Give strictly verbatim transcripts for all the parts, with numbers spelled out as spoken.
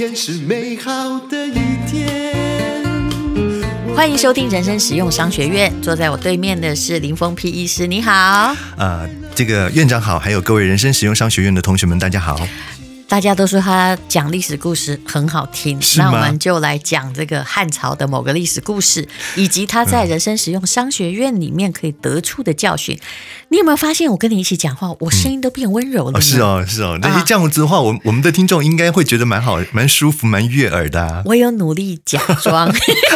天是美好的一天。 欢迎收听人生实用商学院，坐在我对面的是林峰丕医师，你好。 呃，这个院长好，还有各位人生实用商学院的同学们，大家好。 大家都说他讲历史故事很好听，那我们就来讲这个汉朝的某个历史故事，以及他在人生实用商学院里面可以得出的教训。你有没有发现我跟你一起讲话，我声音都变温柔了、嗯哦？是哦，是哦。那这样子的话，我我们的听众应该会觉得蛮好、蛮舒服、蛮悦耳的、啊。 我有努力假装。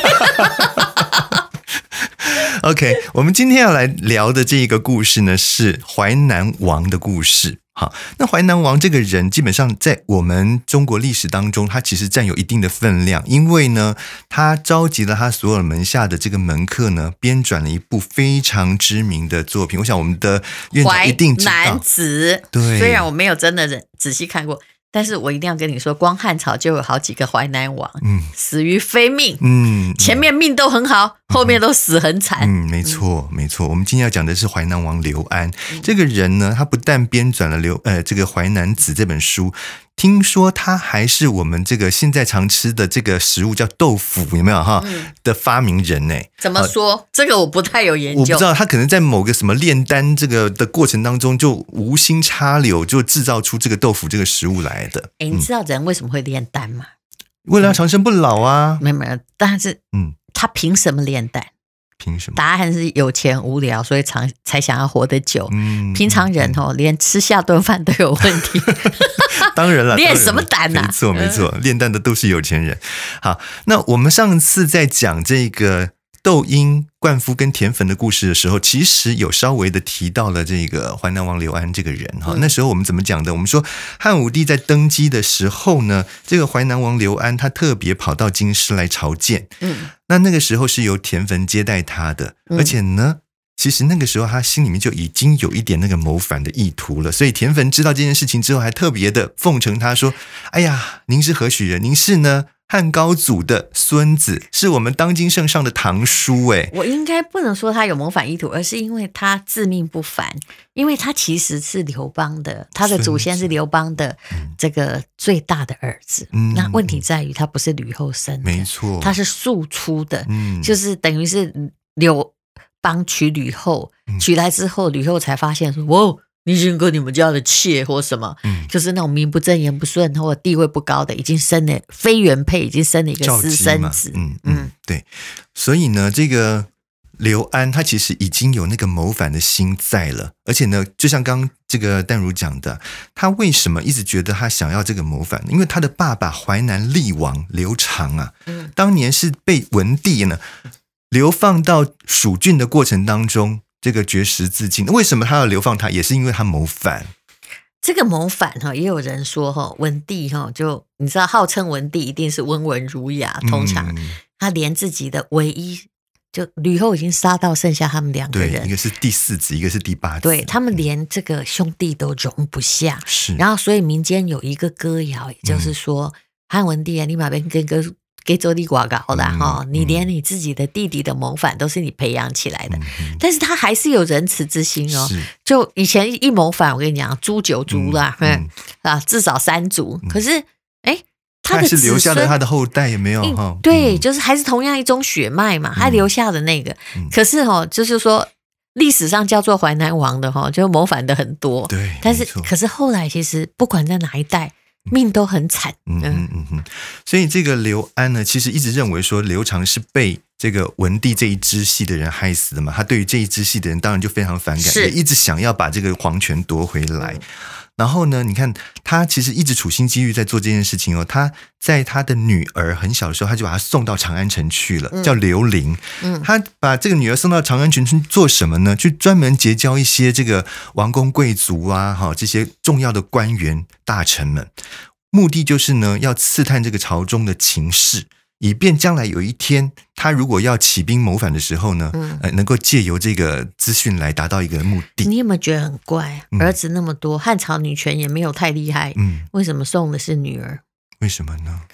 OK， 我们今天要来聊的这个故事呢，是淮南王的故事。好，那淮南王这个人，基本上在我们中国历史当中，他其实占有一定的分量，因为呢，他召集了他所有门下的这个门客呢，编纂了一部非常知名的作品。我想我们的院长一定知道。淮南子， 对， 虽然我没有真的仔细看过。但是我一定要跟你说，光汉朝就有好几个淮南王，嗯，死于非命，嗯，前面命都很好，嗯、后面都死很惨， 嗯，没错，没错。我们今天要讲的是淮南王刘安、嗯、这个人呢，他不但编纂了刘呃这个《淮南子》这本书，听说他还是我们这个现在常吃的这个食物叫豆腐，有没有哈、嗯、的发明人呢？ 怎么说、呃？这个我不太有研究。 我不知道，他可能在某个什么炼丹这个的过程当中，就无心插柳，就制造出这个豆腐这个食物来的。 哎，你知道人为什么会炼丹吗？ 为了要长生不老啊。 没有没有，但是嗯，他凭什么炼丹？ 凭什么？ 答案是有钱无聊，所以常才想要活得久。嗯，平常人哦，嗯、连吃下顿饭都有问题。 当然了， 炼什么丹啊？ 没错没错，炼丹的都是有钱人。好，那我们上次在讲这个窦婴、灌夫跟田汾的故事的时候，其实有稍微的提到了这个淮南王刘安这个人哈、嗯。那时候我们怎么讲的？我们说汉武帝在登基的时候呢，这个淮南王刘安他特别跑到京师来朝见。嗯，那那个时候是由田汾接待他的，而且呢。嗯其实那个时候他心里面就已经有一点那个谋反的意图了，所以田汾知道这件事情之后还特别的奉承他说，哎呀，您是何许人？您是呢汉高祖的孙子，是我们当今圣上的堂叔。哎， 我应该不能说他有谋反意图，而是因为他自命不凡，因为他其实是刘邦的，他的祖先是刘邦的这个最大的儿子、嗯、那问题在于他不是吕后生的， 没错， 他是庶出的、嗯、就是等于是刘帮娶吕后，娶来之后，吕后才发现说：“哇，你已经跟你们家的妾或什么，嗯、就是那种名不正言不顺或地位不高的，已经生了非原配，已经生了一个私生子。” 嗯嗯，对。所以呢，这个刘安他其实已经有那个谋反的心在了，而且呢，就像刚刚这个淡如讲的，他为什么一直觉得他想要这个谋反？因为他的爸爸淮南厉王刘长啊，嗯、当年是被文帝呢。流放到蜀郡的过程当中，这个绝食自尽。为什么他要流放他？也是因为他谋反。 这个谋反哈，也有人说哈，文帝哈，就你知道，号称文帝一定是温文儒雅，通常、嗯、他连自己的唯一就吕后已经杀到剩下他们两个人， 对，一个是第四子，一个是第八子， 对，他们连这个兄弟都容不下。是，然后所以民间有一个歌谣，也就是说，嗯、汉文帝啊，你马边跟跟。给走你广告啦哈、嗯！你连你自己的弟弟的谋反都是你培养起来的，嗯、但是他还是有仁慈之心哦。就以前一谋反，我跟你讲，诛九族啦，嗯嗯、啊，至少三族。嗯、可是，哎，他的他是留下了他的后代，有没有？ 嗯、对，就是还是同样一种血脉嘛，他留下的那个。嗯、可是哦，就是说历史上叫做淮南王的哈，就谋反的很多。 对， 但是可是后来其实不管在哪一代。命都很惨， 嗯嗯嗯嗯，所以这个刘安呢，其实一直认为说刘长是被这个文帝这一支系的人害死的嘛，他对于这一支系的人当然就非常反感，也一直想要把这个皇权夺回来。嗯、然后呢，你看他其实一直处心积虑在做这件事情哦。他在他的女儿很小的时候，他就把她送到长安城去了，嗯、叫刘伶。嗯，他把这个女儿送到长安城去做什么呢？去专门结交一些这个王公贵族啊，哈，这些重要的官员大臣们。目的就是呢，要刺探这个朝中的情势，以便将来有一天他如果要起兵谋反的时候呢，嗯呃、能够借由这个资讯来达到一个目的。 你有没有觉得很怪？嗯、儿子那么多，汉朝女权也没有太厉害，嗯，为什么送的是女儿？ 为什么呢？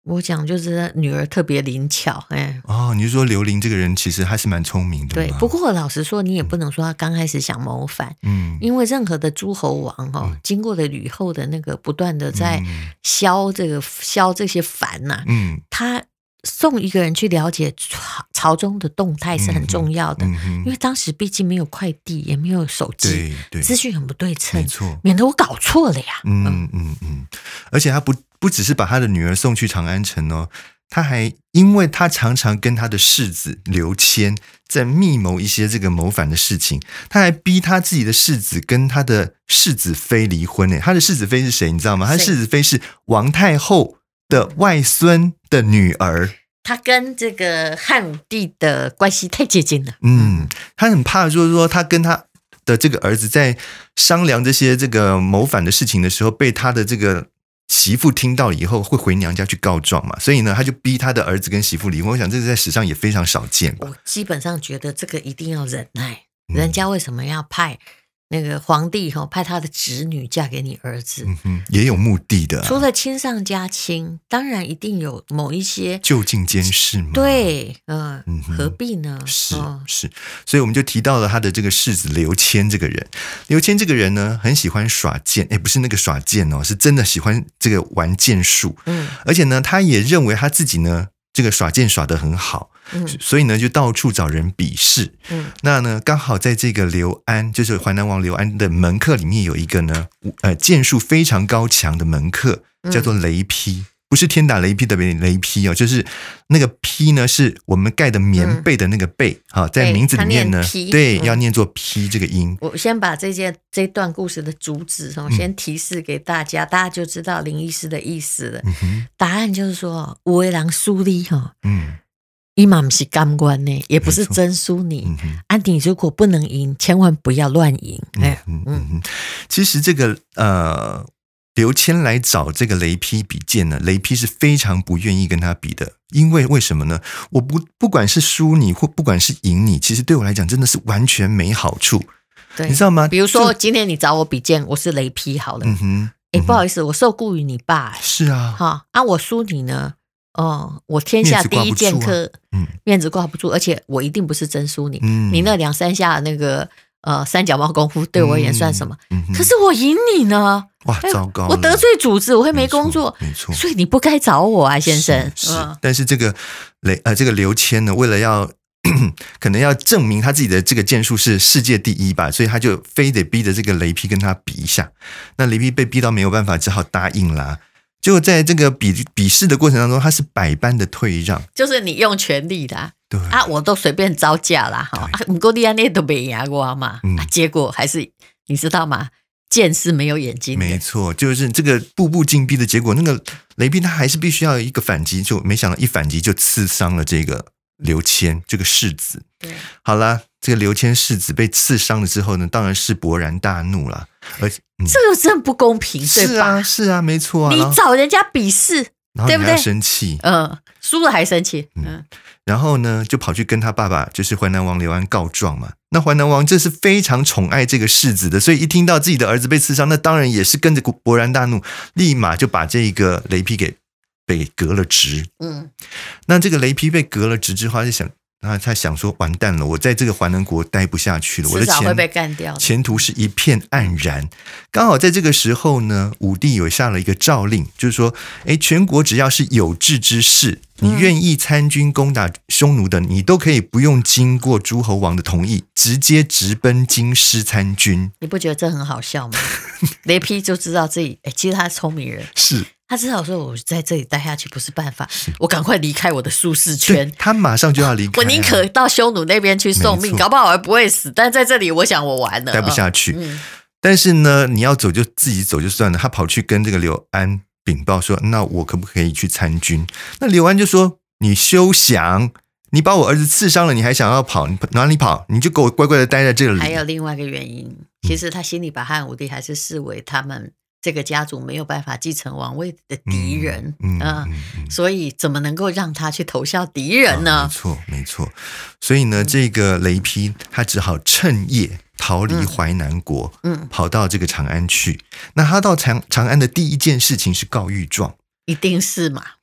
我讲就是女儿特别灵巧，哎， 哦，你是说刘伶这个人其实还是蛮聪明的， 对。不过老实说，你也不能说他刚开始想谋反，嗯，因为任何的诸侯王哦，嗯、经过了吕后的那个不断的在消这个、嗯、消这些烦呐、啊，嗯，他送一个人去了解朝朝中的动态是很重要的，嗯嗯、因为当时毕竟没有快递，也没有手机，资讯很不对称，没错，免得我搞错了呀。 嗯嗯嗯，而且他不不只是把他的女儿送去长安城哦。他还因为他常常跟他的世子刘谦在密谋一些这个谋反的事情，他还逼他自己的世子跟他的世子妃离婚耶。他的世子妃是谁你知道吗？他的世子妃是王太后的外孙的女儿。 他跟这个汉武帝的关系太接近了。 嗯，他很怕就是说他跟他的这个儿子在商量这些这个谋反的事情的时候，被他的这个媳妇听到以后会回娘家去告状嘛，所以呢，他就逼他的儿子跟媳妇离婚。我想这个在史上也非常少见吧。 我基本上觉得这个一定要忍耐，人家为什么要派那个皇帝派他的侄女嫁给你儿子， 嗯哼，也有目的的。 除了亲上加亲，当然一定有某一些就近监视嘛。 对，呃、嗯，何必呢？ 是、哦、是，所以我们就提到了他的这个世子刘谦这个人。刘谦这个人呢，很喜欢耍剑，哎，不是那个耍剑哦，是真的喜欢这个玩剑术。嗯，而且呢，他也认为他自己呢，这个耍剑耍得很好。嗯、所以呢，就到处找人比试。嗯，那呢，刚好在这个刘安，就是淮南王刘安的门客里面有一个呢，呃，剑术非常高强的门客，叫做雷劈，嗯、不是天打雷劈的雷劈哦，就是那个劈呢，是我们盖的棉被的那个被，哈、嗯，在名字里面呢，对，要念作劈这个音。 我先把这件这段故事的主旨哦，先提示给大家，嗯、大家就知道林医师的意思了。嗯、答案就是说，有的人输你哈，嗯。伊嘛不是甘官呢，也不是真输你。安迪、嗯啊、如果不能赢，千万不要乱赢。哎，嗯嗯嗯，其实这个呃，刘谦来找这个雷劈比剑呢，雷劈是非常不愿意跟他比的，因为为什么呢？我不不管是输你或不管是赢你，其实对我来讲真的是完全没好处，你知道吗？ 比如说今天你找我比剑，我是雷劈好了，嗯哼，哎，不好意思，我受雇于你爸， 是啊， 哈，啊，我输你呢？哦，我天下第一剑客，嗯，面子挂不住，而且我一定不是真输你，嗯，你那两三下那个呃三脚猫功夫对我而言算什么？嗯嗯、可是我赢你呢， 哇，糟糕了！ 我得罪主子，我会没工作， 没错， 所以你不该找我啊，先生。 是，是嗯、但是这个雷呃这个刘谦呢，为了要可能要证明他自己的这个剑术是世界第一吧，所以他就非得逼着这个雷劈跟他比一下。那雷劈被逼到没有办法，只好答应啦。结果在这个比比试的过程当中，他是百般的退让， 就是你用全力的、啊，对啊，我都随便招架啦，哈，不过你安那都没赢过嘛、嗯啊，结果还是你知道吗？剑是没有眼睛的， 没错，就是这个步步紧逼的结果，那个雷劈他还是必须要一个反击，就没想到一反击就刺伤了这个刘谦这个世子。对，好啦，这个刘谦世子被刺伤了之后呢，当然是勃然大怒啦。而且、 嗯、这个真不公平，对吧？ 是啊，是啊，没错啊。 你找人家比试，对不对？ 生气， 嗯，输了还生气，嗯。嗯然后呢，就跑去跟他爸爸，就是淮南王刘安告状嘛。那淮南王这是非常宠爱这个世子的，所以一听到自己的儿子被刺伤，那当然也是跟着勃然大怒，立马就把这个雷劈给被革了职。嗯，那这个雷劈被革了职之后，他就想。然后他想说完蛋了，我在这个淮南国待不下去了，我的前会被干掉， 前途是一片黯然。刚好在这个时候呢，武帝有下了一个诏令，就是说，哎，全国只要是有志之士，你愿意参军攻打匈奴的，你都可以不用经过诸侯王的同意，直接直奔京师参军。 你不觉得这很好笑吗？雷劈就知道自己，哎，其实他是聪明人， 是。 他知道说我在这里待下去不是办法，我赶快离开我的舒适圈。 他马上就要离开、啊， 我宁可到匈奴那边去送命，搞不好我还不会死。但在这里，我想我完了， 待不下去。嗯、但是呢，你要走就自己走就算了。他跑去跟这个刘安禀报说：“那我可不可以去参军？”那刘安就说：“你休想！你把我儿子刺伤了，你还想要跑？你哪里跑？你就给我乖乖的待在这里。”还有另外一个原因，其实他心里把汉武帝还是视为他们。这个家族没有办法继承王位的敌人，嗯嗯嗯嗯、所以怎么能够让他去投效敌人呢？ 啊、没错，没错。所以呢，这个雷劈他只好趁夜逃离淮南国，嗯嗯、跑到这个长安去。那他到长长安的第一件事情是告御状， 一定是嘛？ 对，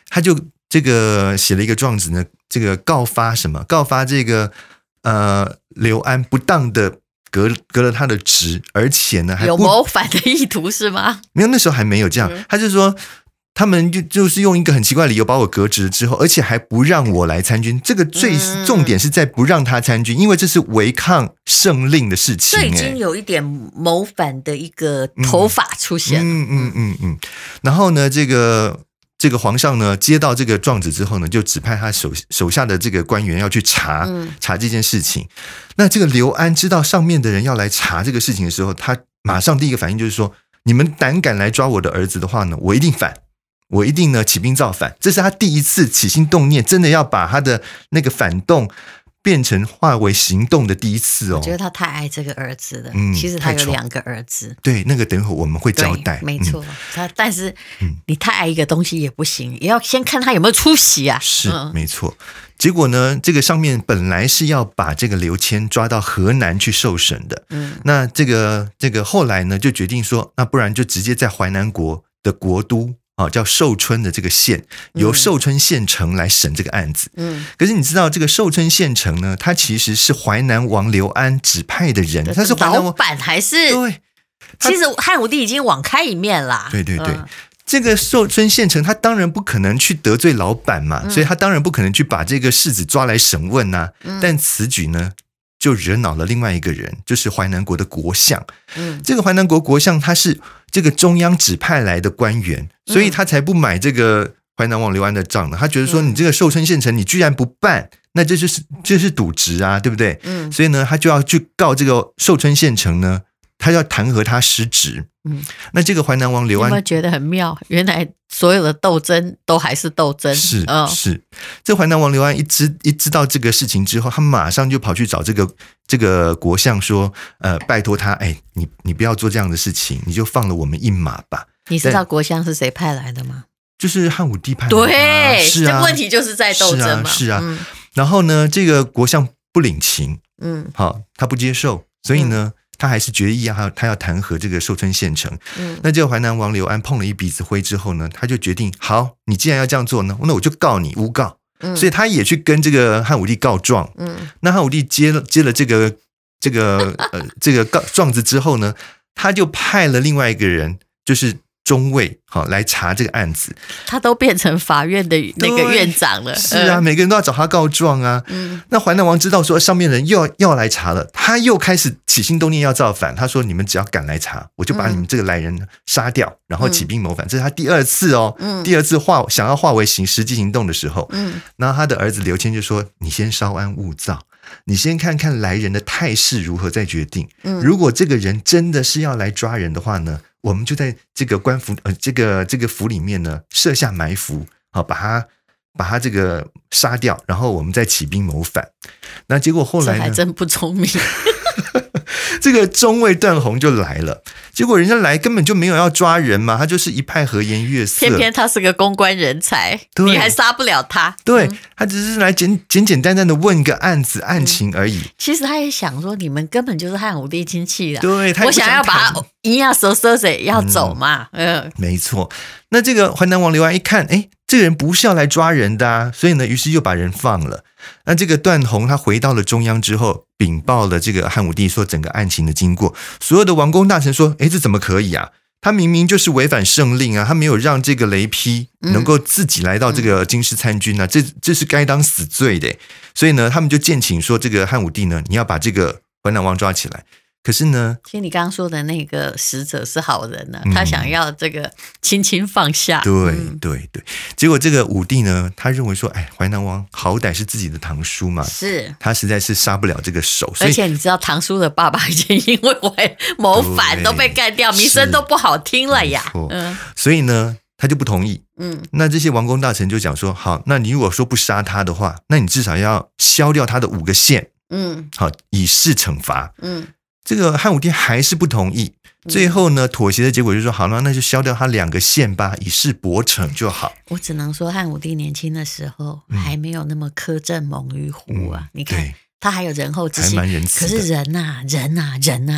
他就这个写了一个状子呢，这个告发什么？告发这个呃刘安不当的革革了他的职，而且呢还有谋反的意图是吗？ 没有，那时候还没有这样。嗯、他就说他们就就是用一个很奇怪的理由把我革职之后，而且还不让我来参军。这个最重点是在不让他参军，因为这是违抗圣令的事情。 这已经有一点谋反的一个头发出现了。 嗯嗯嗯嗯。然后呢，这个这个皇上呢接到这个状子之后呢，就指派他手手下的这个官员要去查、嗯、查这件事情。那这个刘安知道上面的人要来查这个事情的时候，他马上第一个反应就是说：你们胆敢来抓我的儿子的话呢，我一定反。我一定呢起兵造反，这是他第一次起心动念，真的要把他的那个反动变成化为行动的第一次哦。 我觉得他太爱这个儿子了，嗯、其实他有两个儿子。 对，那个等会我们会交代， 没错。嗯、他但是你太爱一个东西也不行，也要先看他有没有出息啊。 是，嗯、没错。结果呢，这个上面本来是要把这个刘谦抓到河南去受审的，嗯，那这个这个后来呢就决定说，那不然就直接在淮南国的国都。哦，叫寿春的这个县，由寿春县城来审这个案子。嗯，可是你知道这个寿春县城呢，他其实是淮南王刘安指派的人，他是淮南王老板还是？对，其实汉武帝已经网开一面啦。 对对对，嗯、这个寿春县城他当然不可能去得罪老板嘛，嗯、所以他当然不可能去把这个世子抓来审问呐、啊。嗯、但此举呢，就惹恼了另外一个人，就是淮南国的国相。嗯，这个淮南国国相他是这个中央指派来的官员，所以他才不买这个淮南王刘安的账呢。他觉得说，你这个寿春县城你居然不办，那这就是这是渎职啊，对不对？嗯，所以呢，他就要去告这个寿春县城呢，他要弹劾他失职。嗯，那这个淮南王刘安， 有没有觉得很妙？原来所有的斗争都还是斗争。 是、哦、是，这淮南王刘安一知一知道这个事情之后，他马上就跑去找这个这个国相说，呃，拜托他，哎，你你不要做这样的事情，你就放了我们一马吧。 你知道国相是谁派来的吗？ 就是汉武帝派来的、啊。 对， 是啊， 这问题就是在斗争嘛。 是啊，是啊。嗯、然后呢，这个国相不领情，嗯，好，他不接受，所以呢。嗯他还是决议啊，他要弹劾这个寿春县城。嗯，那这个淮南王刘安碰了一鼻子灰之后呢，他就决定，好，你既然要这样做呢，那我就告你诬告。嗯，所以他也去跟这个汉武帝告状。嗯，那汉武帝接了接了这个这个呃这个告状子之后呢，他就派了另外一个人，就是中尉，好来查这个案子。 他都变成法院的那个院长了。 是啊，嗯、每个人都要找他告状啊。嗯，那淮南王知道说上面人又要要来查了，他又开始起心动念要造反。他说：“你们只要敢来查，我就把你们这个来人杀掉，嗯、然后起兵谋反。”这是他第二次哦，嗯、第二次化想要化为行实际行动的时候。嗯，然后他的儿子刘谦就说：“你先稍安勿躁。”你先看看来人的态势如何，再决定。嗯，如果这个人真的是要来抓人的话呢，我们就在这个官府呃这个这个府里面呢设下埋伏，好把他把他这个杀掉，然后我们再起兵谋反。那结果后来呢， 这还真不聪明。 这个中尉段宏就来了，结果人家来根本就没有要抓人嘛，他就是一派和颜悦色。 偏偏他是个公关人才，你还杀不了他。 对，嗯、他只是来简简简单单的问个案子案情而已。嗯、 其实他也想说，你们根本就是汉武帝亲戚啦。 对， 我想要把他一样蛇蛇水要走嘛。嗯， 嗯没错。那这个淮南王刘安一看，哎，这个人不是要来抓人的啊，所以呢，于是又把人放了。那这个段宏他回到了中央之后，禀报了这个汉武帝说整个案情的经过。所有的王公大臣说：“哎，这怎么可以啊？他明明就是违反圣令啊！他没有让这个雷劈能够自己来到这个京师参军啊，嗯、这这是该当死罪的。所以呢，他们就建请说，这个汉武帝呢，你要把这个淮南王抓起来。”可是呢， 其实你刚刚说的那个使者是好人呢、啊，嗯、他想要这个轻轻放下。 对、嗯、对对，结果这个武帝呢，他认为说，哎，淮南王好歹是自己的堂叔嘛， 是他实在是杀不了这个手。 而且你知道，堂叔的爸爸已经因为谋反都被干掉，名声都不好听了呀。 嗯，所以呢，他就不同意。嗯，那这些王公大臣就讲说，好，那你如果说不杀他的话，那你至少要削掉他的五个县。嗯，好，以示惩罚。嗯。这个汉武帝还是不同意，最后呢，妥协的结果就是说，好了，那就削掉他两个县吧，以示薄惩就好。 我只能说，汉武帝年轻的时候、嗯、还没有那么苛政猛于虎啊！嗯、你看，他还有仁厚之心，可是人呐、啊，人呐、啊，人呐、啊，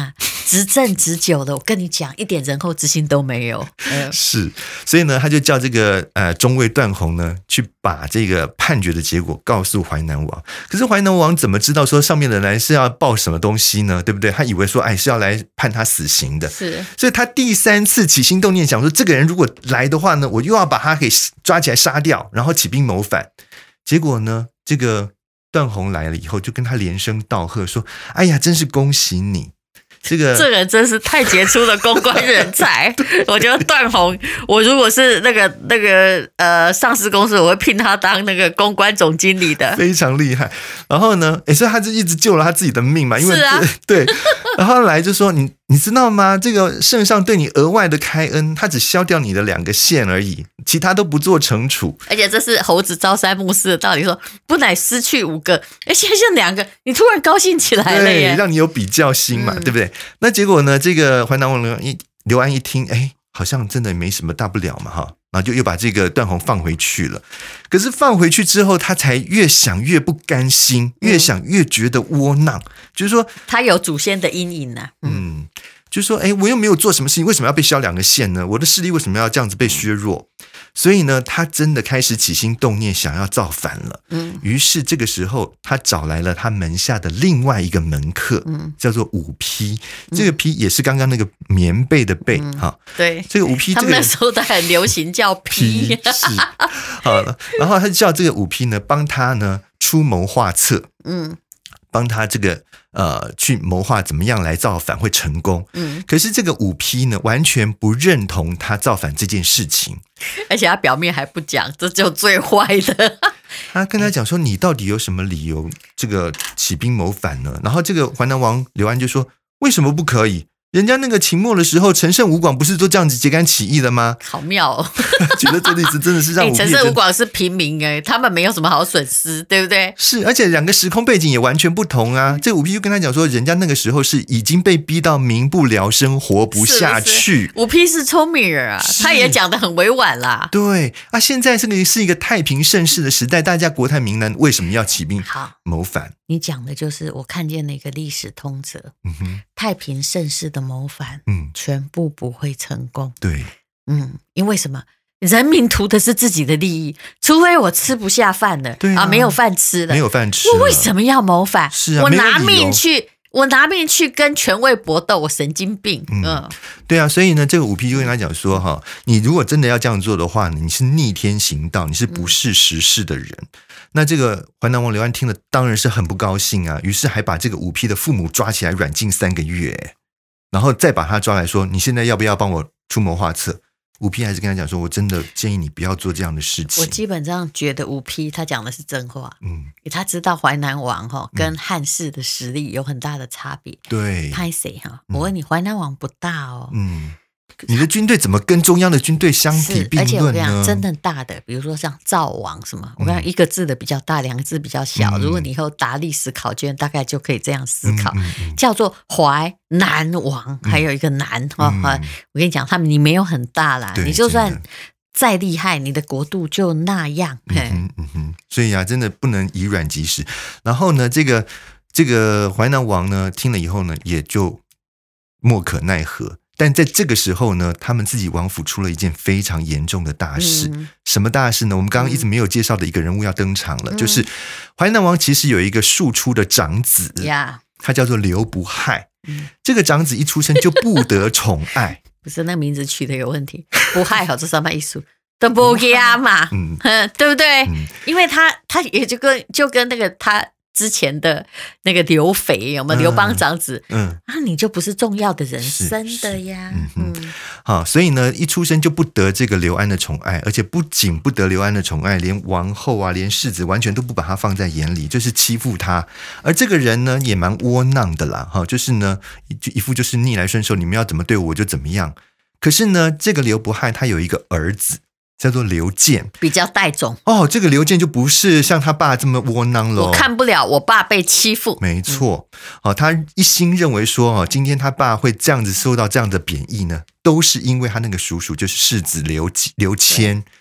执政执久了，我跟你讲，一点仁厚之心都没有。嗯、 是，所以呢，他就叫这个呃中尉段宏呢，去把这个判决的结果告诉淮南王。可是淮南王怎么知道说上面的人是要报什么东西呢？对不对？他以为说，哎，是要来判他死刑的。 是， 所以他第三次起心动念，想说，这个人如果来的话呢，我又要把他给抓起来杀掉，然后起兵谋反。结果呢，这个段宏来了以后，就跟他连声道贺，说：“哎呀，真是恭喜你！这个这人真是太杰出的公关人才。我觉得段宏，我如果是那个那个呃上市公司，我会聘他当那个公关总经理的， 非常厉害。然后呢，也是他就一直救了他自己的命嘛，因为是啊， 对。然后来就说你。”你知道吗？这个圣上对你额外的开恩，他只削掉你的两个县而已，其他都不做惩处。 而且这是猴子朝三暮四的道理，说不乃失去五个，哎，现在剩两个，你突然高兴起来了耶， 对，让你有比较心嘛， 嗯、 对不对？那结果呢？这个淮南王刘安一听，哎，好像真的没什么大不了嘛，哈。然后就又把这个段宏放回去了。可是放回去之后，他才越想越不甘心，越想越觉得窝囊。嗯、就是说， 他有祖先的阴影啊。 嗯，嗯就是说，哎，我又没有做什么事情，为什么要被削两个县呢？我的势力为什么要这样子被削弱？所以呢，他真的开始起心动念，想要造反了。嗯，于是这个时候，他找来了他门下的另外一个门客，嗯，叫做五匹。这个匹也是刚刚那个棉被的被，哈、嗯， 对， 这个五匹、這個， 他们那时候都很流行叫匹， 是好了。然后他就叫这个五匹呢，帮他呢出谋划策，嗯，帮他这个呃去谋划怎么样来造反会成功。嗯，可是这个五匹呢，完全不认同他造反这件事情。 而且他表面还不讲，这就最坏的。 他跟他讲说：“你到底有什么理由这个起兵谋反呢？”然后这个淮南王刘安就说：“为什么不可以？人家那个秦末的时候，陈胜吴广不是都这样子揭竿起义的吗？” 好妙哦！ 觉得这例子真的是让我陈胜吴广是平民哎，他们没有什么好损失，对不对？ 是，而且两个时空背景也完全不同啊。这五匹就跟他讲说，人家那个时候是已经被逼到民不聊生，活不下去。 五匹是聪明人啊，他也讲得很委婉啦。 对啊，现在这个是一个太平盛世的时代，大家国泰民安，为什么要起兵谋反？ 你讲的就是我看见那个历史通则，嗯哼，太平盛世的谋反，嗯，全部不会成功。 对， 嗯，因为什么？人民图的是自己的利益，除非我吃不下饭了， 对 啊, 啊，没有饭吃了， 没有饭吃， 我为什么要谋反？ 是啊， 我拿命去。我拿命去跟权位搏斗，我神经病。嗯，嗯对啊，所以呢，这个五匹就跟他讲说，哈，你如果真的要这样做的话，你是逆天行道，你是不识时事的人。嗯、那这个淮南王刘安听了，当然是很不高兴啊，于是还把这个五匹的父母抓起来软禁三个月，然后再把他抓来说，你现在要不要帮我出谋划策？五匹还是跟他讲说，我真的建议你不要做这样的事情。 我基本上觉得五匹他讲的是真话，嗯，他知道淮南王哈跟汉室的实力有很大的差别。 对， 拍谁哈？我问你，淮南王不大哦，嗯， 你的军队怎么跟中央的军队相提并论呢？ 而且我跟你讲，真的大的，比如说像赵王什么，我跟你讲，一个字的比较大，两个字比较小。嗯、如果你以后答历史考卷，大概就可以这样思考，嗯嗯嗯、叫做淮南王，还有一个南哈、嗯哦。我跟你讲，他们你没有很大啦，你就算再厉害，你的国度就那样。嗯哼嗯哼，所以啊，真的不能以软击石。然后呢，这个这个淮南王呢，听了以后呢，也就莫可奈何。但在这个时候呢，他们自己王府出了一件非常严重的大事。嗯、什么大事呢？我们刚刚一直没有介绍的一个人物要登场了，嗯、就是淮南王其实有一个庶出的长子，嗯、他叫做刘不害。嗯、这个长子一出生就不得宠爱， 不是那名字取得有问题。不害好，这什么意思？都不压嘛，嗯，对不对？嗯、因为他他也就跟就跟那个他。之前的那个刘肥有没有刘邦长子？嗯，啊，你就不是重要的人生的呀。嗯嗯，好，所以呢，一出生就不得这个刘安的宠爱，而且不仅不得刘安的宠爱，连王后啊，连世子完全都不把他放在眼里，就是欺负他。而这个人呢，也蛮窝囊的啦，哈，就是呢，一副就是逆来顺受，你们要怎么对我，我就怎么样。可是呢，这个刘不害他有一个儿子。叫做刘建， 比较带种哦。这个刘建就不是像他爸这么窝囊了。 我看不了我爸被欺负， 没错。嗯、他一心认为说，今天他爸会这样子受到这样的贬义呢，都是因为他那个叔叔就是世子刘刘谦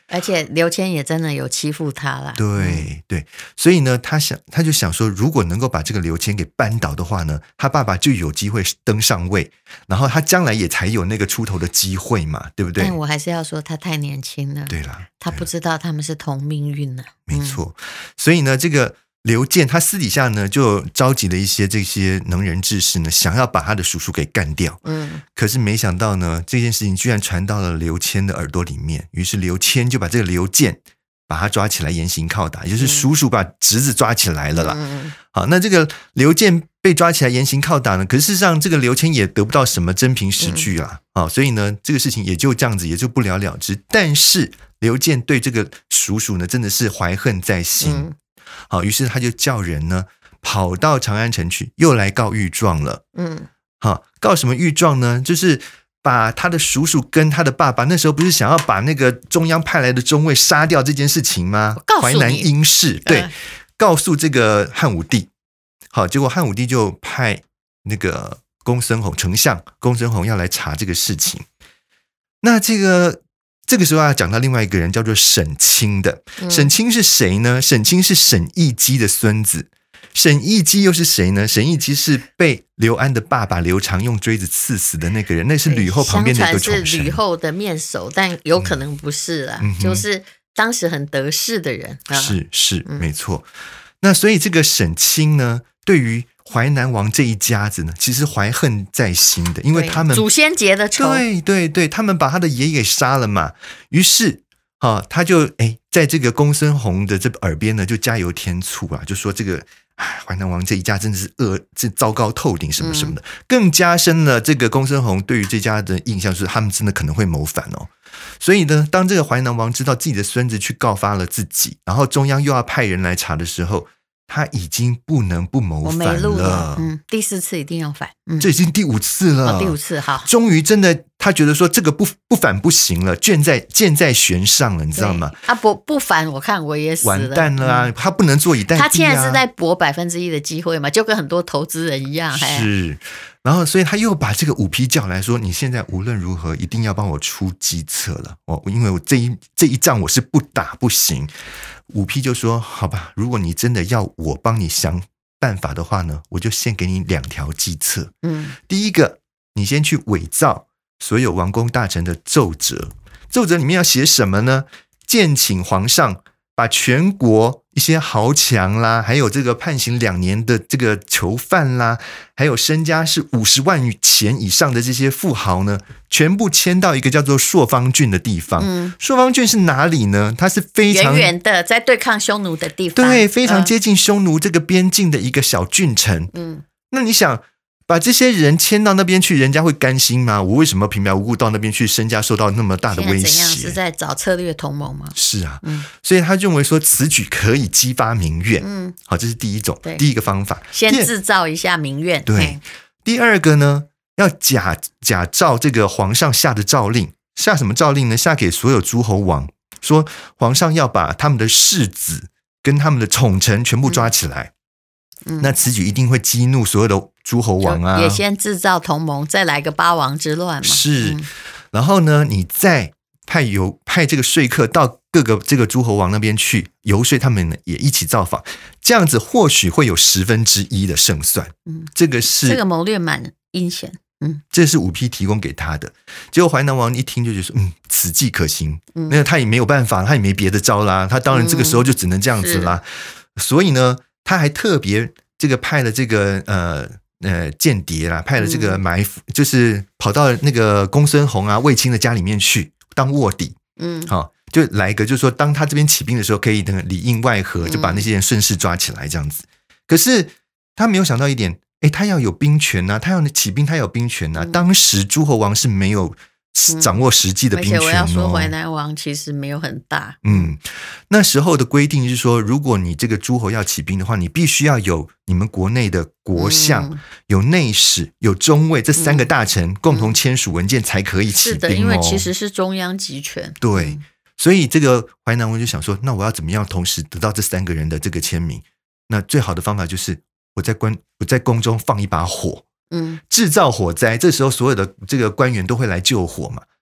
而且刘谦也真的有欺负他啦。 对、嗯、对，所以呢，他想他就想说，如果能够把这个刘谦给扳倒的话呢，他爸爸就有机会登上位，然后他将来也才有那个出头的机会嘛，对不对？ 但我还是要说，他太年轻了。 对啦， 他不知道他们是同命运呢。 没错，嗯、所以呢，这个刘健他私底下呢就召集了一些这些能人志士呢，想要把他的叔叔给干掉。嗯，可是没想到呢，这件事情居然传到了刘谦的耳朵里面，于是刘谦就把这个刘健把他抓起来严刑拷打，也就是叔叔把侄子抓起来了啦。嗯、好，那这个刘健被抓起来严刑拷打呢，可是事实上这个刘谦也得不到什么真凭实据啦。嗯、好，所以呢，这个事情也就这样子，也就不了了之。但是刘健对这个叔叔呢，真的是怀恨在心。嗯，好，于是他就叫人呢跑到长安城去，又来告御状了。嗯，好，告什么御状呢？就是把他的叔叔跟他的爸爸，那时候不是想要把那个中央派来的中尉杀掉这件事情吗？淮南鹰士，对，呃、告诉这个汉武帝。好，结果汉武帝就派那个公孙弘丞相公孙弘要来查这个事情。那这个。这个时候要讲到另外一个人，叫做沈清的。沈清是谁呢？沈清是沈亦基的孙子。沈亦基又是谁呢？沈亦基是被刘安的爸爸刘长用锥子刺死的那个人，那是吕后旁边的一个宠臣。 是吕后的面首，但有可能不是啦，嗯、就是当时很得势的人。啊、 是是、嗯、没错。那所以这个沈清呢，对于淮南王这一家子呢，其实怀恨在心的，因为他们祖先结的仇， 对对对，他们把他的爷爷给杀了嘛，于是啊，他就哎，在这个公孙弘的这耳边呢，就加油添醋啊，就说这个哎，淮南王这一家真的是恶，这糟糕透顶什么什么的，嗯、更加深了这个公孙弘对于这家的印象，是他们真的可能会谋反哦。所以呢，当这个淮南王知道自己的孙子去告发了自己，然后中央又要派人来查的时候，他已经不能不谋反了。 了嗯，第四次一定要反。嗯， 这已经第五次了。 哦、第五次好， 终于真的，他觉得说这个不不反不行了，箭在箭在弦上了，你知道吗？ 他不不反，我看我也死了， 完蛋了啊！嗯、他不能坐以待毙、啊。 他现在是在搏百分之一的机会嘛，就跟很多投资人一样。 是，然后所以他又把这个武丕叫来说：“你现在无论如何一定要帮我出计策了，我因为我这一这一仗我是不打不行。”武丕就说：“好吧，如果你真的要我帮你想办法的话呢，我就先给你两条计策。嗯，第一个，你先去伪造所有王公大臣的奏折，奏折里面要写什么呢？建请皇上把全国一些豪强啦，还有这个判刑两年的这个囚犯啦，还有身家是五十万钱以上的这些富豪呢，全部迁到一个叫做朔方郡的地方。嗯，朔方郡是哪里呢？它是非常远远的，在对抗匈奴的地方， 对，非常接近匈奴这个边境的一个小郡城。嗯，那你想把这些人迁到那边去，人家会甘心吗？我为什么平白无故到那边去，身家受到那么大的威胁？ 怎样是在找策略同盟吗？ 是啊，嗯、所以他认为说此举可以激发民怨。嗯，好，这是第一种，第一个方法， 先制造一下民怨。 对，第二个呢，要假假照这个皇上下的诏令，下什么诏令呢？下给所有诸侯王，说皇上要把他们的世子跟他们的宠臣全部抓起来。嗯，那此举一定会激怒所有的诸侯王啊， 也先制造同盟，再来个八王之乱嘛。 是，嗯、然后呢，你再派游派这个说客到各个这个诸侯王那边去游说他们，也一起造访，这样子或许会有十分之一的胜算。嗯，这个是这个谋略蛮阴险。嗯， 这是武丕提供给他的。结果淮南王一听就觉得说，嗯，此计可行。嗯，那他也没有办法，他也没别的招啦，他当然这个时候就只能这样子啦。嗯、所以呢，他还特别这个派了这个呃呃间谍啦，派了这个埋伏，嗯、就是跑到那个公孙弘啊、卫青的家里面去当卧底。嗯，好、哦，就来一个，就是说，当他这边起兵的时候，可以里应外合，就把那些人顺势抓起来这样子。嗯、可是他没有想到一点，哎，他要有兵权啊，他要起兵，他有兵权啊。嗯、当时诸侯王是没有掌握实际的兵权、哦嗯、而且我要说，淮南王其实没有很大。 嗯，那时候的规定是说，如果你这个诸侯要起兵的话，你必须要有你们国内的国相、嗯、有内史、有中尉这三个大臣、嗯、共同签署文件才可以起兵、哦。 是的，因为其实是中央集权。 对，嗯、所以这个淮南王就想说，那我要怎么样同时得到这三个人的这个签名？那最好的方法就是我在关我在宫中放一把火。嗯，制造火灾，这时候所有的这个官员都会来救火嘛。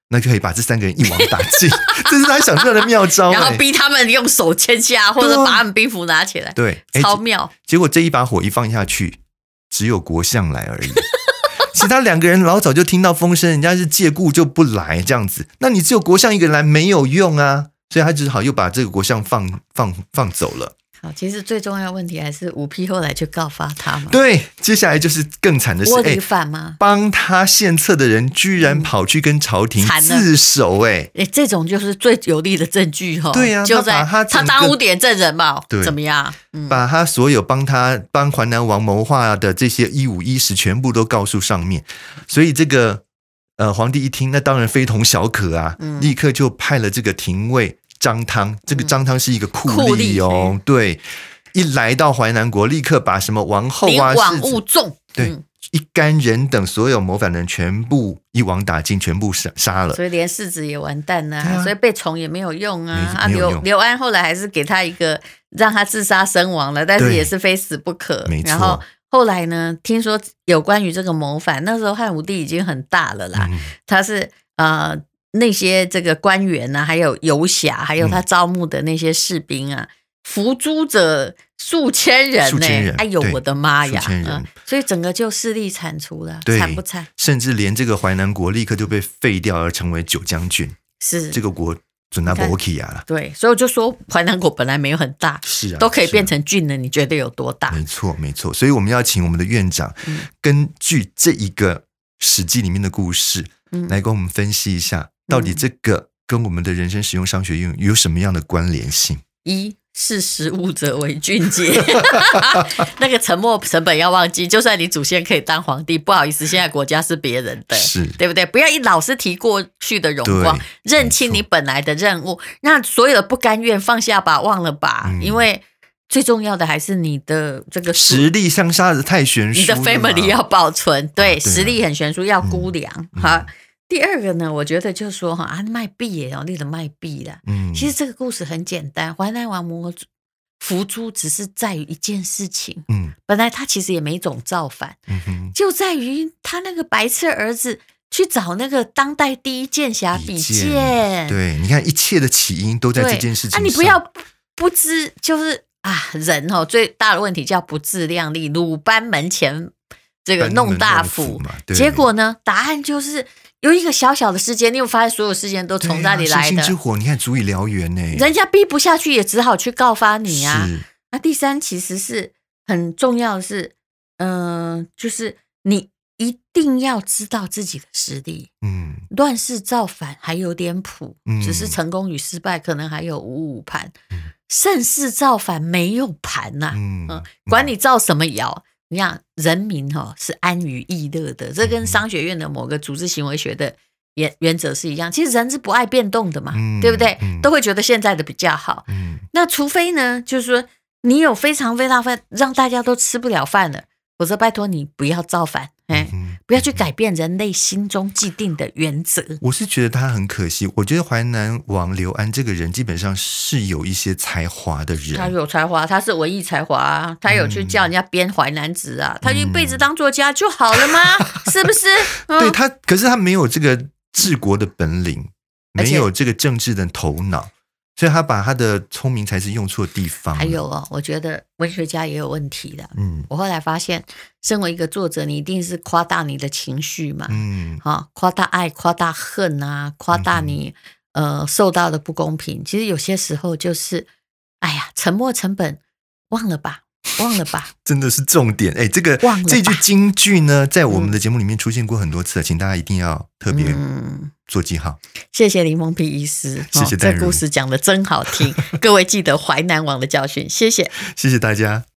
那就可以把这三个人一网打尽，这是他想出来的妙招、欸。 然后逼他们用手牵下，或者把他们兵符拿起来。 对， 超妙。 结果这一把火一放下去，只有国相来而已。其他两个人老早就听到风声，人家是借故就不来这样子。那你只有国相一个人来没有用啊，所以他只好又把这个国相放放放走了。 好，其实最重要的问题还是武批后来就告发他嘛。 对，接下来就是更惨的是， 窝里反吗？ 帮他献策的人居然跑去跟朝廷自首、欸，哎、 嗯，这种就是最有力的证据哈、哦。 对呀、啊， 就在 他, 他当污点证人嘛， 对， 怎么样？ 嗯、把他所有帮他帮淮南王谋划的这些一五一十全部都告诉上面，所以这个呃皇帝一听，那当然非同小可啊，嗯、立刻就派了这个廷尉张汤，这个张汤是一个酷吏哦，嗯、对。一来到淮南国，立刻把什么王后啊、 凌枉勿纵， 对，嗯、一干人等所有谋反的人全部一网打尽，全部杀杀了。 所以连世子也完蛋了、啊啊，所以被宠也没有用啊。啊， 刘刘安后来还是给他一个让他自杀身亡了，但是也是非死不可。然后后来呢，听说有关于这个谋反，那时候汉武帝已经很大了啦，嗯、他是呃那些这个官员啊，还有游侠，还有他招募的那些士兵啊。嗯伏诛者数千人呢、欸，哎呦我的妈呀、嗯！所以整个就势力铲除了，惨不惨？ 甚至连这个淮南国立刻就被废掉，而成为九将军。 是这个国准拿不起啊了。 对，所以我就说淮南国本来没有很大， 是啊， 都可以变成郡了，你觉得有多大？ 没错，没错。所以我们要请我们的院长，嗯、根据这一个史记里面的故事，嗯、来跟我们分析一下，到底这个跟我们的人生实用商学院有什么样的关联性？ 一识时务者为俊杰，那个沉没成本要忘记。就算你祖先可以当皇帝，不好意思，现在国家是别人的， 是对不对？不要一老是提过去的荣光，认清你本来的任务。那所有的不甘愿放下吧，忘了吧，嗯、因为最重要的还是你的这个实力像沙子太悬殊， 你的 family 要保存，对，啊、对啊、实力很悬殊，要估量，嗯、好。嗯第二个呢，我觉得就是说哈啊，卖币耶，你的卖币啦。嗯，其实这个故事很简单，淮南王谋伏诛只是在于一件事情。嗯，本来他其实也没种造反，嗯哼，就在于他那个白痴儿子去找那个当代第一剑侠比剑。 对，你看一切的起因都在这件事情上。 啊，你不要不知就是啊，人哦最大的问题叫不自量力，鲁班门前这个弄大斧，结果呢，答案就是。有一个小小的事件，你有发现所有事件都从那里来的？ 星星之火，你看足以燎原呢。 人家逼不下去，也只好去告发你啊。那第三其实是很重要的是，嗯、呃，就是你一定要知道自己的实力。嗯，乱世造反还有点谱，嗯、只是成功与失败可能还有五五盘。嗯、盛世造反没有盘呐、啊，嗯、呃，管你造什么谣。你看，人民哈、哦、是安于逸乐的，这跟商学院的某个组织行为学的原原则是一样。其实人是不爱变动的嘛，嗯、对不对？嗯、都会觉得现在的比较好。嗯、那除非呢，就是说你有非常非常非常让大家都吃不了饭了，否则拜托你不要造反，哎，嗯、不要去改变人类心中既定的原则。 我是觉得他很可惜，我觉得淮南王刘安这个人基本上是有一些才华的人， 他有才华，他是文艺才华、啊，他有去叫人家编《淮南子》啊，嗯、他一辈子当作家就好了吗？是不是？ 嗯、对他，可是他没有这个治国的本领，没有这个政治的头脑。所以他把他的聪明才智用错地方。 还有哦，我觉得文学家也有问题的。嗯，我后来发现，身为一个作者，你一定是夸大你的情绪嘛。嗯，啊，夸大爱，夸大恨啊，夸大你、嗯、呃受到的不公平。其实有些时候就是，哎呀，沉没成本，忘了吧。忘了吧， 真的是重点哎！这个这句金句呢，在我们的节目里面出现过很多次，嗯、请大家一定要特别做记号。 嗯、谢谢林峰皮医师， 谢谢淡如， 这故事讲得真好听，各位记得淮南王的教训，谢谢， 谢谢大家。